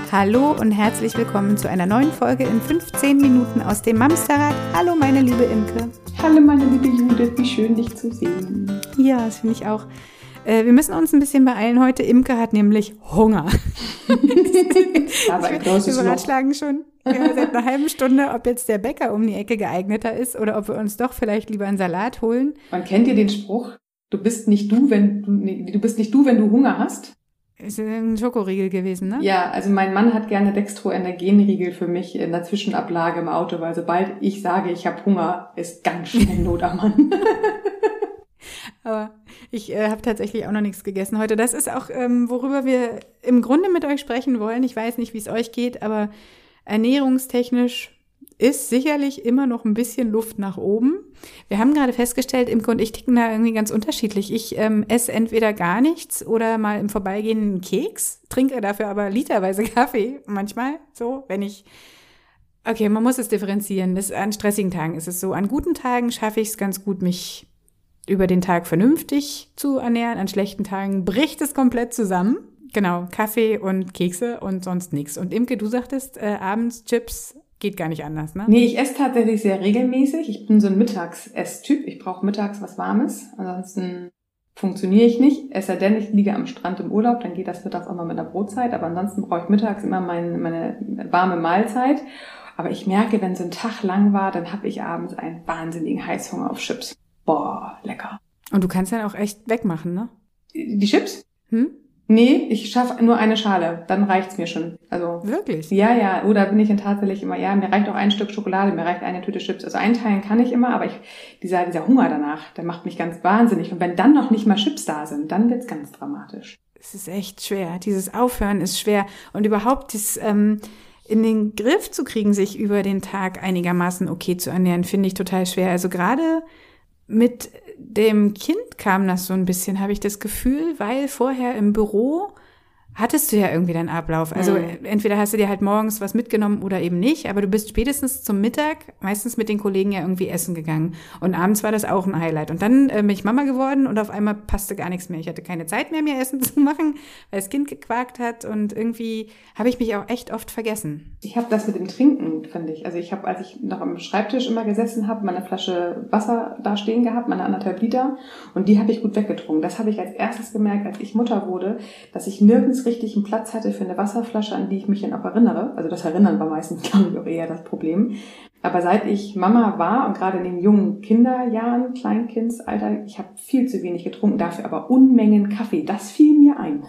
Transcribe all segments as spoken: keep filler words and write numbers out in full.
Hallo und herzlich willkommen zu einer neuen Folge in fünfzehn Minuten aus dem Mamsterrad. Hallo meine liebe Imke. Hallo meine liebe Judith, wie schön dich zu sehen. Ja, das finde ich auch. Äh, wir müssen uns ein bisschen beeilen heute. Imke hat nämlich Hunger. Aber ein großes wir Loch. ratschlagen schon ja, seit einer halben Stunde, ob jetzt der Bäcker um die Ecke geeigneter ist oder ob wir uns doch vielleicht lieber einen Salat holen. Man kennt ja den Spruch, du bist nicht du, wenn du, nee, du bist nicht du, wenn du Hunger hast. Ist ein Schokoriegel gewesen, ne? Ja, also mein Mann hat gerne Dextro-Energenriegel für mich in der Zwischenablage im Auto, weil sobald ich sage, ich habe Hunger, ist ganz schnell Not am Mann. Aber ich äh, habe tatsächlich auch noch nichts gegessen heute. Das ist auch, ähm, worüber wir im Grunde mit euch sprechen wollen. Ich weiß nicht, wie es euch geht, aber ernährungstechnisch ist sicherlich immer noch ein bisschen Luft nach oben. Wir haben gerade festgestellt, Imke und ich ticken da irgendwie ganz unterschiedlich. Ich ähm, esse entweder gar nichts oder mal im Vorbeigehen einen Keks, trinke dafür aber literweise Kaffee manchmal, so, wenn ich, okay, man muss es differenzieren. Das, an stressigen Tagen ist es so. An guten Tagen schaffe ich es ganz gut, mich über den Tag vernünftig zu ernähren. An schlechten Tagen bricht es komplett zusammen. Genau, Kaffee und Kekse und sonst nichts. Und Imke, du sagtest, äh, abends Chips geht gar nicht anders, ne? Nee, ich esse tatsächlich sehr regelmäßig. Ich bin so ein Mittags-Ess-Typ. Ich brauche mittags was Warmes. Ansonsten funktioniere ich nicht. Es sei denn, ich liege am Strand im Urlaub, dann geht das mittags auch mal mit der Brotzeit. Aber ansonsten brauche ich mittags immer meine, meine warme Mahlzeit. Aber ich merke, wenn so ein Tag lang war, dann habe ich abends einen wahnsinnigen Heißhunger auf Chips. Boah, lecker. Und du kannst dann auch echt wegmachen, ne? Die Chips? Hm? Nee, ich schaffe nur eine Schale, dann reicht's mir schon. Also Wirklich? Ja, ja, oder bin ich dann tatsächlich immer, ja, mir reicht auch ein Stück Schokolade, mir reicht eine Tüte Chips. Also einteilen kann ich immer, aber ich, dieser, dieser Hunger danach, der macht mich ganz wahnsinnig. Und wenn dann noch nicht mal Chips da sind, dann wird's ganz dramatisch. Es ist echt schwer. Dieses Aufhören ist schwer. Und überhaupt das, ähm, in den Griff zu kriegen, sich über den Tag einigermaßen okay zu ernähren, finde ich total schwer. Also gerade mit dem Kind kam das so ein bisschen, habe ich das Gefühl, weil vorher im Büro hattest du ja irgendwie deinen Ablauf. Also mhm. entweder hast du dir halt morgens was mitgenommen oder eben nicht, aber du bist spätestens zum Mittag meistens mit den Kollegen ja irgendwie essen gegangen. Und abends war das auch ein Highlight. Und dann äh, bin ich Mama geworden und auf einmal passte gar nichts mehr. Ich hatte keine Zeit mehr, mir Essen zu machen, weil das Kind gequakt hat und irgendwie habe ich mich auch echt oft vergessen. Ich habe das mit dem Trinken, finde ich. Also ich habe, als ich noch am Schreibtisch immer gesessen habe, meine Flasche Wasser da stehen gehabt, meine anderthalb Liter, und die habe ich gut weggetrunken. Das habe ich als erstes gemerkt, als ich Mutter wurde, dass ich nirgends richtig einen Platz hatte für eine Wasserflasche, an die ich mich dann auch erinnere. Also das Erinnern war meistens, glaube ich, auch eher das Problem. Aber seit ich Mama war und gerade in den jungen Kinderjahren, Kleinkindsalter, ich habe viel zu wenig getrunken, dafür aber Unmengen Kaffee. Das fiel mir ein.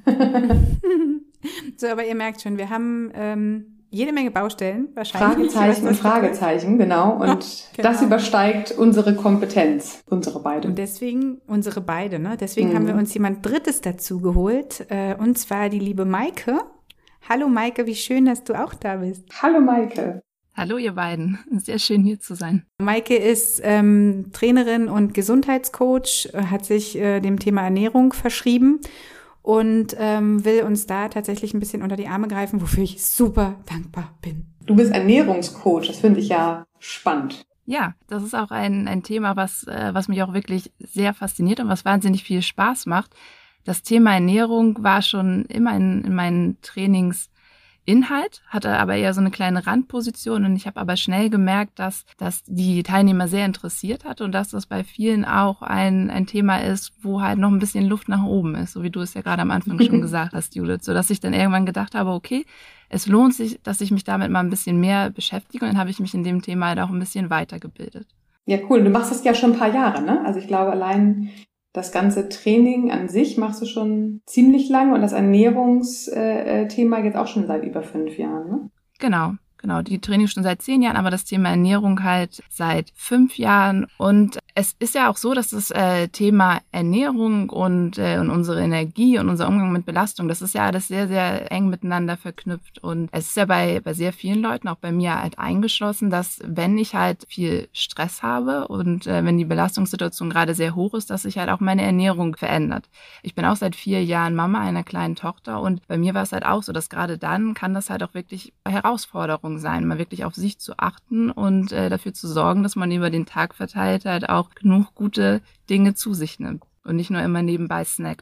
So, aber ihr merkt schon, wir haben ähm, jede Menge Baustellen wahrscheinlich. Fragezeichen und Fragezeichen, genau. Und genau. Das übersteigt unsere Kompetenz, unsere beide. Und deswegen, unsere beide, ne? Deswegen mhm. haben wir uns jemand Drittes dazu geholt, äh, und zwar die liebe Maike. Hallo Maike, wie schön, dass du auch da bist. Hallo Maike. Hallo ihr beiden, sehr schön hier zu sein. Maike ist ähm, Trainerin und Gesundheitscoach, hat sich äh, dem Thema Ernährung verschrieben und ähm, will uns da tatsächlich ein bisschen unter die Arme greifen, wofür ich super dankbar bin. Du bist Ernährungscoach, das finde ich ja spannend. Ja, das ist auch ein, ein Thema, was, äh, was mich auch wirklich sehr fasziniert und was wahnsinnig viel Spaß macht. Das Thema Ernährung war schon immer in, in meinen Trainings Inhalt, hatte aber eher so eine kleine Randposition, und ich habe aber schnell gemerkt, dass dass die Teilnehmer sehr interessiert hat und dass das bei vielen auch ein ein Thema ist, wo halt noch ein bisschen Luft nach oben ist, so wie du es ja gerade am Anfang schon gesagt hast, Judith, so dass ich dann irgendwann gedacht habe, okay, es lohnt sich, dass ich mich damit mal ein bisschen mehr beschäftige, und dann habe ich mich in dem Thema halt auch ein bisschen weitergebildet. Ja, cool. Du machst das ja schon ein paar Jahre, ne? Also ich glaube, allein das ganze Training an sich machst du schon ziemlich lange und das Ernährungsthema jetzt auch schon seit über fünf Jahren, ne? Genau, genau. Die Training schon seit zehn Jahren, aber das Thema Ernährung halt seit fünf Jahren. Und es ist ja auch so, dass das äh, Thema Ernährung und, äh, und unsere Energie und unser Umgang mit Belastung, das ist ja alles sehr, sehr eng miteinander verknüpft. Und es ist ja bei, bei sehr vielen Leuten, auch bei mir halt eingeschlossen, dass wenn ich halt viel Stress habe und äh, wenn die Belastungssituation gerade sehr hoch ist, dass sich halt auch meine Ernährung verändert. Ich bin auch seit vier Jahren Mama einer kleinen Tochter, und bei mir war es halt auch so, dass gerade dann kann das halt auch wirklich Herausforderung sein, mal wirklich auf sich zu achten und äh, dafür zu sorgen, dass man über den Tag verteilt halt auch genug gute Dinge zu sich nimmt und nicht nur immer nebenbei snackt.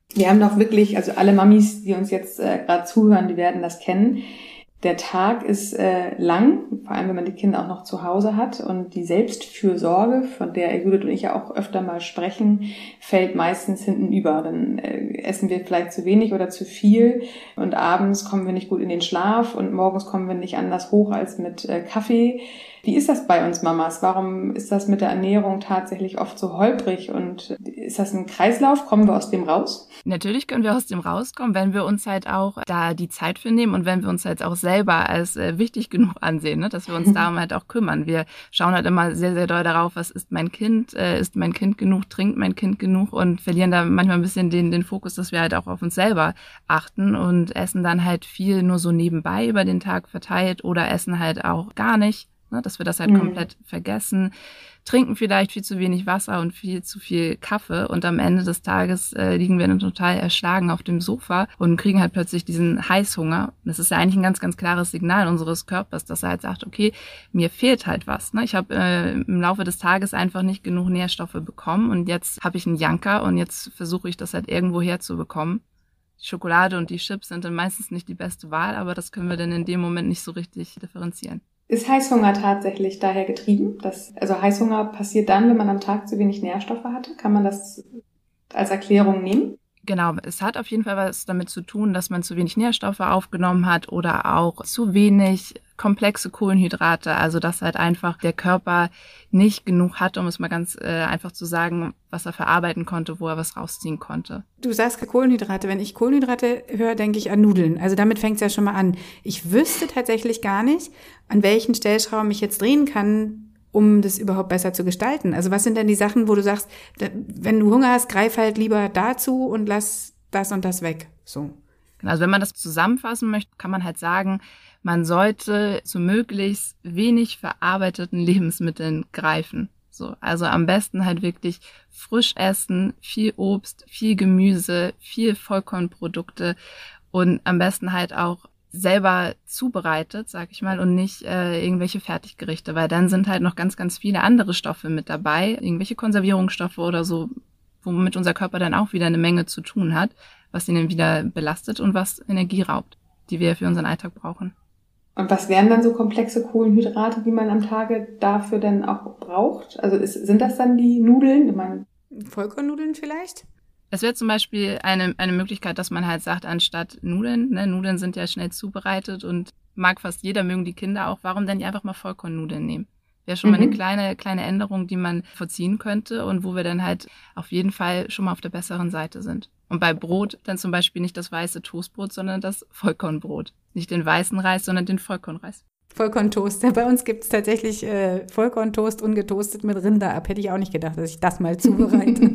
Wir haben doch wirklich, also alle Mamis, die uns jetzt äh, gerade zuhören, die werden das kennen. Der Tag ist äh, lang, vor allem wenn man die Kinder auch noch zu Hause hat. Und die Selbstfürsorge, von der Judith und ich ja auch öfter mal sprechen, fällt meistens hinten über. Dann äh, essen wir vielleicht zu wenig oder zu viel und abends kommen wir nicht gut in den Schlaf und morgens kommen wir nicht anders hoch als mit äh, Kaffee. Wie ist das bei uns Mamas? Warum ist das mit der Ernährung tatsächlich oft so holprig? Und ist das ein Kreislauf? Kommen wir aus dem raus? Natürlich können wir aus dem rauskommen, wenn wir uns halt auch da die Zeit für nehmen und wenn wir uns halt auch selber als äh, wichtig genug ansehen, ne? Dass wir uns darum halt auch kümmern. Wir schauen halt immer sehr, sehr doll darauf, was ist mein Kind? Äh, ist mein Kind genug? Trinkt mein Kind genug? Und verlieren da manchmal ein bisschen den, den Fokus, dass wir halt auch auf uns selber achten und essen dann halt viel nur so nebenbei über den Tag verteilt oder essen halt auch gar nicht. Ne, dass wir das halt mhm. komplett vergessen, trinken vielleicht viel zu wenig Wasser und viel zu viel Kaffee und am Ende des Tages äh, liegen wir dann total erschlagen auf dem Sofa und kriegen halt plötzlich diesen Heißhunger. Das ist ja eigentlich ein ganz, ganz klares Signal unseres Körpers, dass er halt sagt, okay, mir fehlt halt was. Ne? Ich habe äh, im Laufe des Tages einfach nicht genug Nährstoffe bekommen und jetzt habe ich einen Janker und jetzt versuche ich das halt irgendwo herzubekommen. Die Schokolade und die Chips sind dann meistens nicht die beste Wahl, aber das können wir dann in dem Moment nicht so richtig differenzieren. Ist Heißhunger tatsächlich daher getrieben? Dass, also Heißhunger passiert dann, wenn man am Tag zu wenig Nährstoffe hatte? Kann man das als Erklärung nehmen? Genau, es hat auf jeden Fall was damit zu tun, dass man zu wenig Nährstoffe aufgenommen hat oder auch zu wenig komplexe Kohlenhydrate, also dass halt einfach der Körper nicht genug hat, um es mal ganz äh, einfach zu sagen, was er verarbeiten konnte, wo er was rausziehen konnte. Du sagst Kohlenhydrate. Wenn ich Kohlenhydrate höre, denke ich an Nudeln. Also damit fängt es ja schon mal an. Ich wüsste tatsächlich gar nicht, an welchen Stellschrauben ich jetzt drehen kann, um das überhaupt besser zu gestalten. Also was sind denn die Sachen, wo du sagst, wenn du Hunger hast, greif halt lieber dazu und lass das und das weg. So. Also wenn man das zusammenfassen möchte, kann man halt sagen, man sollte zu möglichst wenig verarbeiteten Lebensmitteln greifen. So, also am besten halt wirklich frisch essen, viel Obst, viel Gemüse, viel Vollkornprodukte und am besten halt auch selber zubereitet, sag ich mal, und nicht äh, irgendwelche Fertiggerichte, weil dann sind halt noch ganz, ganz viele andere Stoffe mit dabei, irgendwelche Konservierungsstoffe oder so, womit unser Körper dann auch wieder eine Menge zu tun hat, was ihn dann wieder belastet und was Energie raubt, die wir für unseren Alltag brauchen. Und was wären dann so komplexe Kohlenhydrate, die man am Tage dafür dann auch braucht? Also ist, sind das dann die Nudeln? Ich meine, Vollkornnudeln vielleicht? Es wäre zum Beispiel eine, eine Möglichkeit, dass man halt sagt, anstatt Nudeln, ne, Nudeln sind ja schnell zubereitet und mag fast jeder, mögen die Kinder auch, warum denn nicht einfach mal Vollkornnudeln nehmen? Wäre schon mhm. mal eine kleine, kleine Änderung, die man vollziehen könnte und wo wir dann halt auf jeden Fall schon mal auf der besseren Seite sind. Und bei Brot dann zum Beispiel nicht das weiße Toastbrot, sondern das Vollkornbrot. Nicht den weißen Reis, sondern den Vollkornreis. Vollkorntoast. Bei uns gibt es tatsächlich äh, Vollkorntoast ungetoastet mit Rinderab. Hätte ich auch nicht gedacht, dass ich das mal zubereite.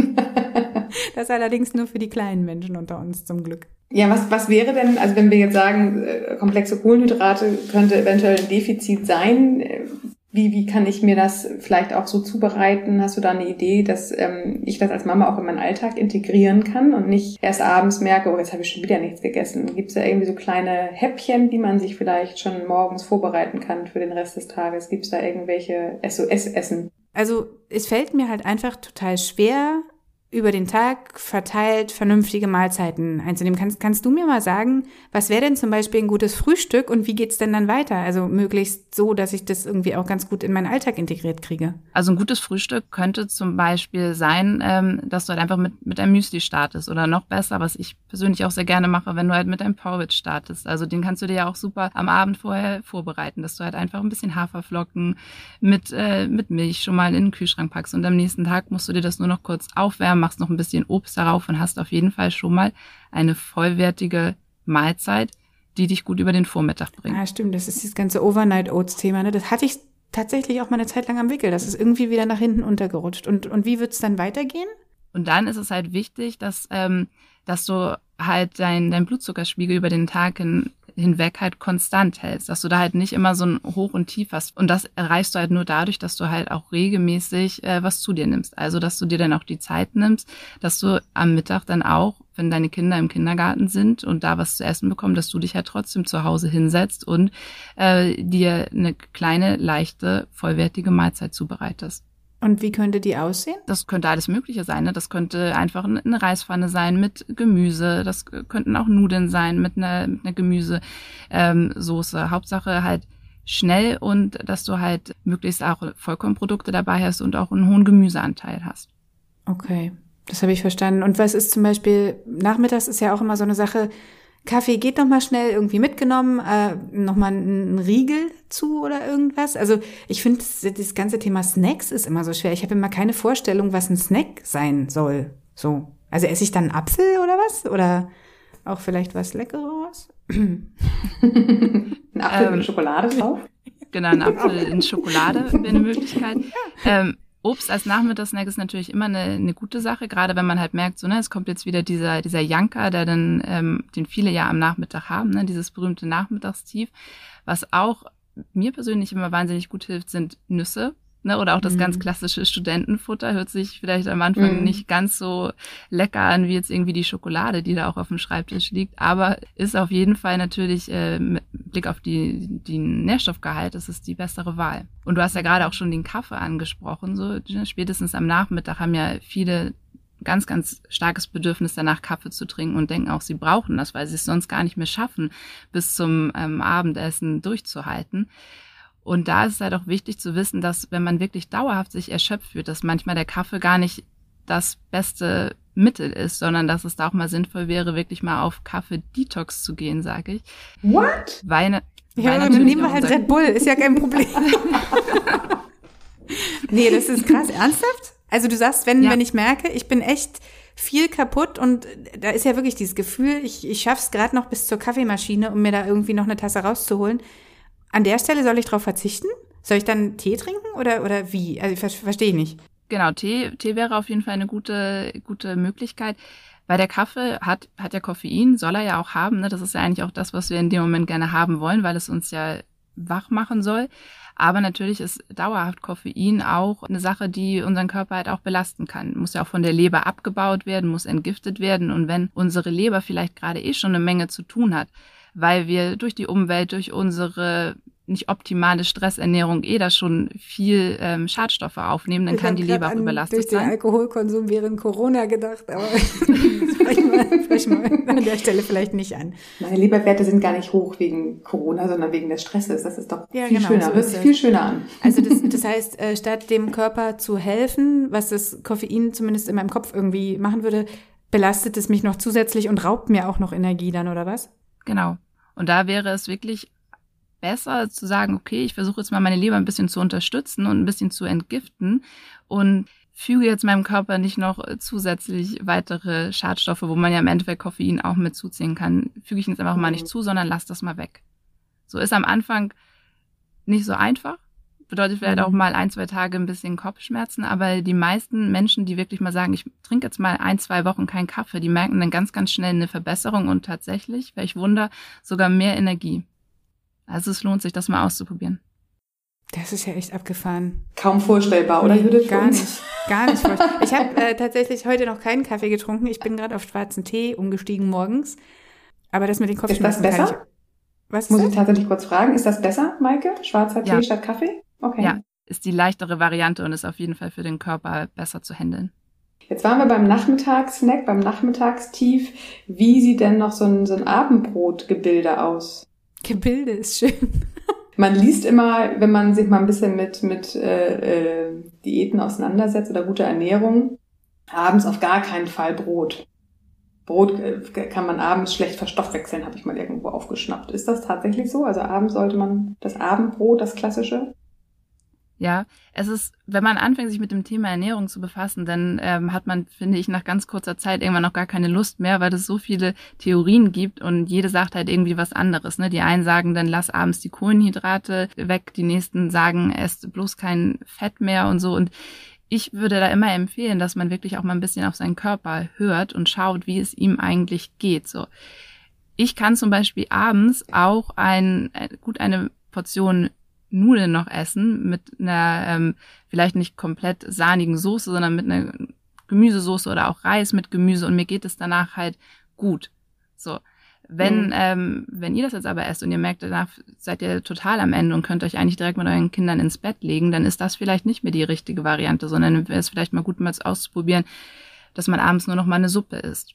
Das allerdings nur für die kleinen Menschen unter uns zum Glück. Ja, was, was wäre denn, also wenn wir jetzt sagen, äh, komplexe Kohlenhydrate könnte eventuell ein Defizit sein, äh, wie, wie kann ich mir das vielleicht auch so zubereiten? Hast du da eine Idee, dass ähm, ich das als Mama auch in meinen Alltag integrieren kann und nicht erst abends merke, oh, jetzt habe ich schon wieder nichts gegessen? Gibt es da irgendwie so kleine Häppchen, die man sich vielleicht schon morgens vorbereiten kann für den Rest des Tages? Gibt es da irgendwelche S O S-Essen? Also es fällt mir halt einfach total schwer, über den Tag verteilt vernünftige Mahlzeiten einzunehmen. Kannst, kannst du mir mal sagen, was wäre denn zum Beispiel ein gutes Frühstück und wie geht's denn dann weiter? Also möglichst so, dass ich das irgendwie auch ganz gut in meinen Alltag integriert kriege. Also ein gutes Frühstück könnte zum Beispiel sein, ähm, dass du halt einfach mit, mit einem Müsli startest oder noch besser, was ich persönlich auch sehr gerne mache, wenn du halt mit einem Porridge startest. Also den kannst du dir ja auch super am Abend vorher vorbereiten, dass du halt einfach ein bisschen Haferflocken mit, äh, mit Milch schon mal in den Kühlschrank packst und am nächsten Tag musst du dir das nur noch kurz aufwärmen, machst noch ein bisschen Obst darauf und hast auf jeden Fall schon mal eine vollwertige Mahlzeit, die dich gut über den Vormittag bringt. Ah, stimmt, das ist das ganze Overnight-Oats-Thema, ne? Das hatte ich tatsächlich auch mal eine Zeit lang am Wickel. Das ist irgendwie wieder nach hinten untergerutscht. Und, und wie wird es dann weitergehen? Und dann ist es halt wichtig, dass, ähm, dass du halt dein, dein Blutzuckerspiegel über den Tag hin, hinweg halt konstant hältst, dass du da halt nicht immer so ein Hoch und Tief hast. Und das erreichst du halt nur dadurch, dass du halt auch regelmäßig äh, was zu dir nimmst. Also, dass du dir dann auch die Zeit nimmst, dass du am Mittag dann auch, wenn deine Kinder im Kindergarten sind und da was zu essen bekommen, dass du dich halt trotzdem zu Hause hinsetzt und äh, dir eine kleine, leichte, vollwertige Mahlzeit zubereitest. Und wie könnte die aussehen? Das könnte alles Mögliche sein. Ne? Das könnte einfach eine Reispfanne sein mit Gemüse. Das könnten auch Nudeln sein mit einer, mit einer Gemüsesoße. Ähm, Hauptsache halt schnell und dass du halt möglichst auch Vollkornprodukte dabei hast und auch einen hohen Gemüseanteil hast. Okay, das habe ich verstanden. Und was ist zum Beispiel, nachmittags ist ja auch immer so eine Sache, Kaffee geht nochmal schnell irgendwie mitgenommen, äh, nochmal ein Riegel zu oder irgendwas. Also ich finde, das, das ganze Thema Snacks ist immer so schwer. Ich habe immer keine Vorstellung, was ein Snack sein soll. So, also esse ich dann einen Apfel oder was? Oder auch vielleicht was Leckeres? Ein Apfel ähm, mit Schokolade drauf? Genau, ein Apfel in Schokolade wäre eine Möglichkeit. Ähm, Obst als Nachmittagssnack ist natürlich immer eine, eine gute Sache, gerade wenn man halt merkt, so ne, es kommt jetzt wieder dieser dieser Janker, der dann ähm, den viele ja am Nachmittag haben, ne, dieses berühmte Nachmittagstief. Was auch mir persönlich immer wahnsinnig gut hilft, sind Nüsse. Ne, oder auch das mhm. ganz klassische Studentenfutter hört sich vielleicht am Anfang mhm. nicht ganz so lecker an wie jetzt irgendwie die Schokolade, die da auch auf dem Schreibtisch liegt, aber ist auf jeden Fall natürlich äh, mit Blick auf die, die Nährstoffgehalt, das ist die bessere Wahl. Und du hast ja gerade auch schon den Kaffee angesprochen, so spätestens am Nachmittag haben ja viele ganz, ganz starkes Bedürfnis danach, Kaffee zu trinken und denken auch, sie brauchen das, weil sie es sonst gar nicht mehr schaffen, bis zum ähm, Abendessen durchzuhalten. Und da ist es halt auch wichtig zu wissen, dass wenn man wirklich dauerhaft sich erschöpft fühlt, dass manchmal der Kaffee gar nicht das beste Mittel ist, sondern dass es da auch mal sinnvoll wäre, wirklich mal auf Kaffee-Detox zu gehen, sage ich. What? Weil, ja, weil dann nehmen wir halt Red Bull, ist ja kein Problem. Nee, das ist krass. Ernsthaft? Also du sagst, wenn, ja. wenn ich merke, ich bin echt viel kaputt und da ist ja wirklich dieses Gefühl, ich, ich schaff's gerade noch bis zur Kaffeemaschine, um mir da irgendwie noch eine Tasse rauszuholen. An der Stelle soll ich drauf verzichten? Soll ich dann Tee trinken oder, oder wie? Also ich ver- verstehe nicht. Genau, Tee, Tee wäre auf jeden Fall eine gute, gute Möglichkeit, weil der Kaffee hat, hat ja Koffein, soll er ja auch haben. Ne? Das ist ja eigentlich auch das, was wir in dem Moment gerne haben wollen, weil es uns ja wach machen soll. Aber natürlich ist dauerhaft Koffein auch eine Sache, die unseren Körper halt auch belasten kann. Muss ja auch von der Leber abgebaut werden, muss entgiftet werden. Und wenn unsere Leber vielleicht gerade eh schon eine Menge zu tun hat, weil wir durch die Umwelt, durch unsere nicht optimale Stressernährung eh da schon viel ähm, Schadstoffe aufnehmen, dann ich kann die Leber auch an, überlastet durch sein. Den Alkoholkonsum während Corona gedacht, aber sprechen wir, sprechen wir an der Stelle vielleicht nicht an. Meine Leberwerte sind gar nicht hoch wegen Corona, sondern wegen des Stresses. Das ist doch ja, viel genau, schöner. So hört sich viel schöner an. Also das, das heißt, äh, statt dem Körper zu helfen, was das Koffein zumindest in meinem Kopf irgendwie machen würde, belastet es mich noch zusätzlich und raubt mir auch noch Energie dann, oder was? Genau. Und da wäre es wirklich besser zu sagen, okay, ich versuche jetzt mal meine Leber ein bisschen zu unterstützen und ein bisschen zu entgiften und füge jetzt meinem Körper nicht noch zusätzlich weitere Schadstoffe, wo man ja im Endeffekt Koffein auch mit zuziehen kann, füge ich jetzt einfach mal nicht zu, sondern lass das mal weg. So ist am Anfang nicht so einfach. Bedeutet vielleicht auch mal ein, zwei Tage ein bisschen Kopfschmerzen, aber die meisten Menschen, die wirklich mal sagen, ich trinke jetzt mal ein, zwei Wochen keinen Kaffee, die merken dann ganz, ganz schnell eine Verbesserung und tatsächlich, welch Wunder, sogar mehr Energie. Also es lohnt sich, das mal auszuprobieren. Das ist ja echt abgefahren. Kaum vorstellbar, oder Judith? Gar nicht, gar nicht vorstellbar. Ich habe äh, tatsächlich heute noch keinen Kaffee getrunken. Ich bin gerade auf schwarzen Tee umgestiegen morgens. Aber das mit den Kopfschmerzen. Ist das besser? Was ist Muss das? ich tatsächlich kurz fragen, ist das besser, Maike? Schwarzer Tee ja. statt Kaffee? Okay. Ja, ist die leichtere Variante und ist auf jeden Fall für den Körper besser zu handeln. Jetzt waren wir beim Nachmittagssnack, beim Nachmittagstief. Wie sieht denn noch so ein, so ein Abendbrotgebilde aus? Gebilde ist schön. Man liest immer, wenn man sich mal ein bisschen mit, mit äh, äh, Diäten auseinandersetzt oder guter Ernährung, abends auf gar keinen Fall Brot. Brot äh, kann man abends schlecht verstoffwechseln, habe ich mal irgendwo aufgeschnappt. Ist das tatsächlich so? Also abends sollte man das Abendbrot, das klassische? Ja, es ist, wenn man anfängt, sich mit dem Thema Ernährung zu befassen, dann ähm, hat man, finde ich, nach ganz kurzer Zeit irgendwann noch gar keine Lust mehr, weil es so viele Theorien gibt und jede sagt halt irgendwie was anderes. Ne? Die einen sagen, dann lass abends die Kohlenhydrate weg, die nächsten sagen, esst bloß kein Fett mehr und so. Und ich würde da immer empfehlen, dass man wirklich auch mal ein bisschen auf seinen Körper hört und schaut, wie es ihm eigentlich geht. So, ich kann zum Beispiel abends auch ein gut eine Portion Nudeln noch essen mit einer ähm, vielleicht nicht komplett sahnigen Soße, sondern mit einer Gemüsesoße oder auch Reis mit Gemüse und mir geht es danach halt gut. So, Wenn, Mhm. ähm, wenn ihr das jetzt aber esst und ihr merkt, danach seid ihr total am Ende und könnt euch eigentlich direkt mit euren Kindern ins Bett legen, dann ist das vielleicht nicht mehr die richtige Variante, sondern wäre es vielleicht mal gut, mal auszuprobieren, dass man abends nur noch mal eine Suppe isst.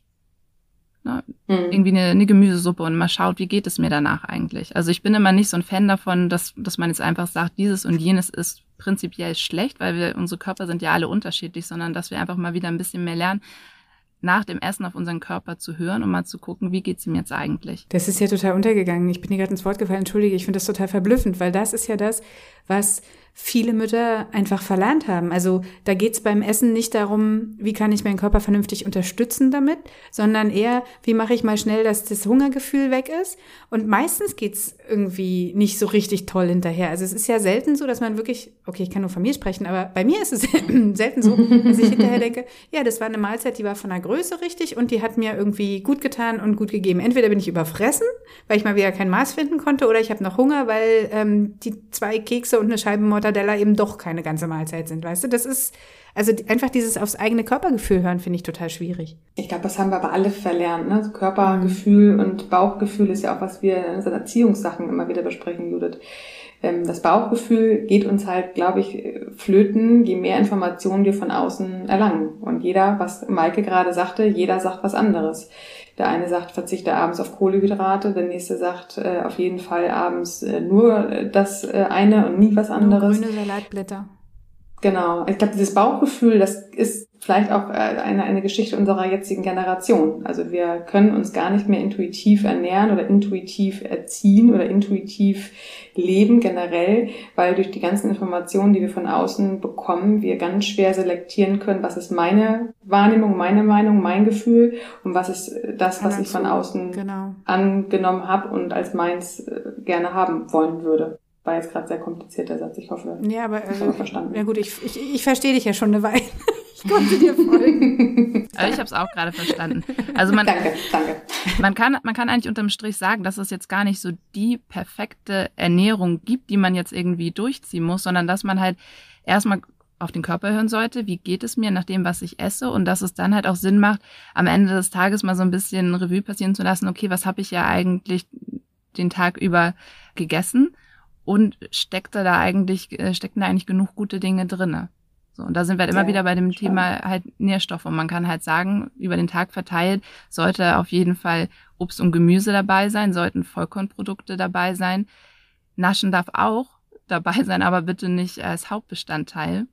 Ne? Mhm. Irgendwie eine, eine Gemüsesuppe und mal schaut, wie geht es mir danach eigentlich. Also ich bin immer nicht so ein Fan davon, dass, dass man jetzt einfach sagt, dieses und jenes ist prinzipiell schlecht, weil wir, unsere Körper sind ja alle unterschiedlich, sondern dass wir einfach mal wieder ein bisschen mehr lernen, nach dem Essen auf unseren Körper zu hören und mal zu gucken, wie geht's ihm jetzt eigentlich. Das ist ja total untergegangen. Ich bin dir gerade ins Wort gefallen, entschuldige, ich finde das total verblüffend, weil das ist ja das, was viele Mütter einfach verlernt haben. Also da geht's beim Essen nicht darum, wie kann ich meinen Körper vernünftig unterstützen damit, sondern eher, wie mache ich mal schnell, dass das Hungergefühl weg ist. Und meistens geht's irgendwie nicht so richtig toll hinterher. Also es ist ja selten so, dass man wirklich, okay, ich kann nur von mir sprechen, aber bei mir ist es selten so, dass ich hinterher denke, ja, das war eine Mahlzeit, die war von der Größe richtig und die hat mir irgendwie gut getan und gut gegeben. Entweder bin ich überfressen, weil ich mal wieder kein Maß finden konnte, oder ich habe noch Hunger, weil ähm, die zwei Kekse und eine Scheibe Mortadella eben doch keine ganze Mahlzeit sind, weißt du? Das ist, also einfach dieses aufs eigene Körpergefühl hören, finde ich total schwierig. Ich glaube, das haben wir aber alle verlernt. Ne? Körpergefühl und Bauchgefühl ist ja auch, was wir in unseren Erziehungssachen immer wieder besprechen, Judith. Das Bauchgefühl geht uns halt, glaube ich, flöten, je mehr Informationen wir von außen erlangen. Und jeder, was Maike gerade sagte, jeder sagt was anderes. Der eine sagt, verzichte abends auf Kohlenhydrate, der nächste sagt, äh, auf jeden Fall abends äh, nur das äh, eine und nie was anderes. Nur grüne Salatblätter. Genau. Ich glaube, dieses Bauchgefühl, das ist vielleicht auch eine, eine Geschichte unserer jetzigen Generation. Also wir können uns gar nicht mehr intuitiv ernähren oder intuitiv erziehen oder intuitiv leben generell, weil durch die ganzen Informationen, die wir von außen bekommen, wir ganz schwer selektieren können, was ist meine Wahrnehmung, meine Meinung, mein Gefühl und was ist das, was ich von außen genau. angenommen habe und als meins gerne haben wollen würde. War jetzt gerade sehr kompliziert, der Satz. Ich hoffe, ja, aber, also, ich verstanden. Ja gut, ich, ich, ich verstehe dich ja schon eine Weile. Ich konnte dir folgen. Also ich habe es auch gerade verstanden. Also man, danke, danke. Man kann, man kann eigentlich unterm Strich sagen, dass es jetzt gar nicht so die perfekte Ernährung gibt, die man jetzt irgendwie durchziehen muss, sondern dass man halt erstmal auf den Körper hören sollte, wie geht es mir nach dem, was ich esse, und dass es dann halt auch Sinn macht, am Ende des Tages mal so ein bisschen Revue passieren zu lassen, okay, was habe ich ja eigentlich den Tag über gegessen? Und steckt da eigentlich, stecken da eigentlich genug gute Dinge drinne? So, und da sind wir halt immer ja, wieder bei dem spannend. Thema halt Nährstoffe. Und man kann halt sagen, über den Tag verteilt sollte auf jeden Fall Obst und Gemüse dabei sein, sollten Vollkornprodukte dabei sein. Naschen darf auch dabei sein, aber bitte nicht als Hauptbestandteil.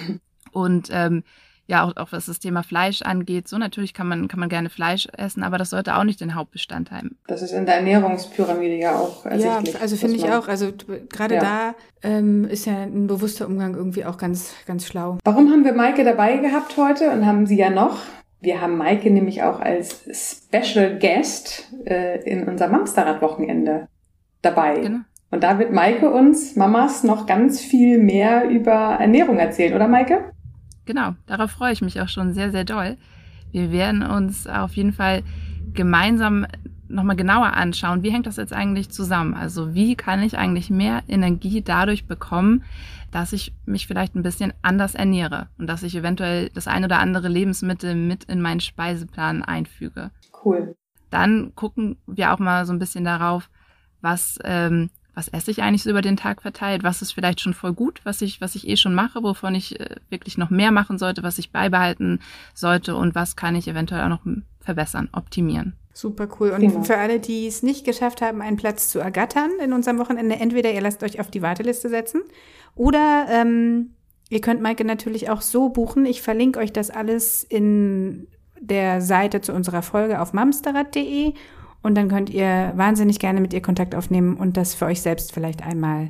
Und ähm, ja, auch, auch was das Thema Fleisch angeht, so natürlich kann man kann man gerne Fleisch essen, aber das sollte auch nicht den Hauptbestandteil haben. Das ist in der Ernährungspyramide ja auch ersichtlich. Ja, also finde ich auch, also gerade ja. da ähm, ist ja ein bewusster Umgang irgendwie auch ganz ganz schlau. Warum haben wir Maike dabei gehabt heute und haben sie ja noch? Wir haben Maike nämlich auch als Special Guest äh, in unser Mamsterrad-Wochenende dabei. Genau. Und da wird Maike uns Mamas noch ganz viel mehr über Ernährung erzählen, oder Maike? Genau, darauf freue ich mich auch schon sehr, sehr doll. Wir werden uns auf jeden Fall gemeinsam nochmal genauer anschauen, wie hängt das jetzt eigentlich zusammen? Also wie kann ich eigentlich mehr Energie dadurch bekommen, dass ich mich vielleicht ein bisschen anders ernähre und dass ich eventuell das ein oder andere Lebensmittel mit in meinen Speiseplan einfüge. Cool. Dann gucken wir auch mal so ein bisschen darauf, was ähm, was esse ich eigentlich so über den Tag verteilt, was ist vielleicht schon voll gut, was ich was ich eh schon mache, wovon ich äh, wirklich noch mehr machen sollte, was ich beibehalten sollte und was kann ich eventuell auch noch verbessern, optimieren. Super cool. Und genau. Für alle, die es nicht geschafft haben, einen Platz zu ergattern in unserem Wochenende, entweder ihr lasst euch auf die Warteliste setzen oder ähm, ihr könnt Maike natürlich auch so buchen. Ich verlinke euch das alles in der Seite zu unserer Folge auf mamsterrad punkt de. Und dann könnt ihr wahnsinnig gerne mit ihr Kontakt aufnehmen und das für euch selbst vielleicht einmal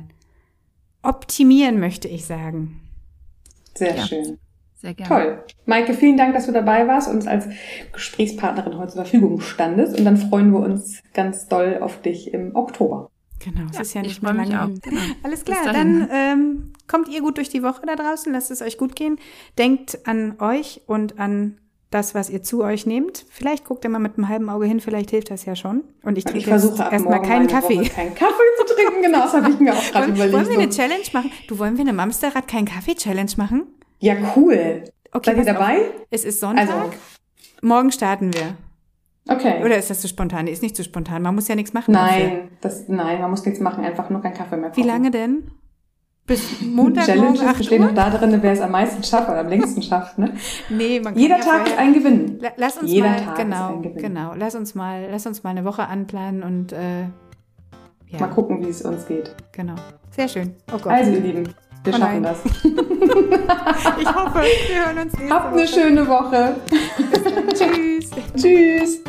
optimieren, möchte ich sagen. Sehr ja, schön. Sehr gerne. Toll. Maike, vielen Dank, dass du dabei warst und uns als Gesprächspartnerin heute zur Verfügung standest. Und dann freuen wir uns ganz doll auf dich im Oktober. Genau, es ja, ist ja nicht mehr lange hin. Genau. Alles klar, dann ähm, kommt ihr gut durch die Woche da draußen, lasst es euch gut gehen. Denkt an euch und an das, was ihr zu euch nehmt. Vielleicht guckt ihr mal mit einem halben Auge hin, vielleicht hilft das ja schon. Und ich trinke ich jetzt erstmal keinen Kaffee. Woche keinen Kaffee zu trinken, genau, das habe ich mir auch gerade überlegt. Wollen wir eine Challenge machen? Du, wollen wir eine Mamsterrad kein Kaffee-Challenge machen? Ja, cool. Okay, seid ihr dabei? Auf. Es ist Sonntag. Also. Morgen starten wir. Okay. Oder ist das zu spontan? Nee, ist nicht zu spontan. Man muss ja nichts machen. Nein, das, nein, man muss nichts machen. Einfach nur keinen Kaffee mehr kochen. Wie lange denn? Bis Montag, Challenges morgen, bestehen noch da drin, wer es am meisten schafft oder am längsten schafft. Ne? Nee, man kann Jeder ja Tag vorher, ist ein Gewinn. La, lass uns Jeder mal, Tag genau, ist ein Gewinn. genau. Lass uns mal, lass uns mal eine Woche anplanen und äh, ja. Mal gucken, wie es uns geht. Genau. Sehr schön. Oh Gott. Also, ihr Lieben, wir Oh schaffen nein. das. Ich hoffe, wir hören uns nächste Habt Woche. eine schöne Woche. Tschüss. Tschüss.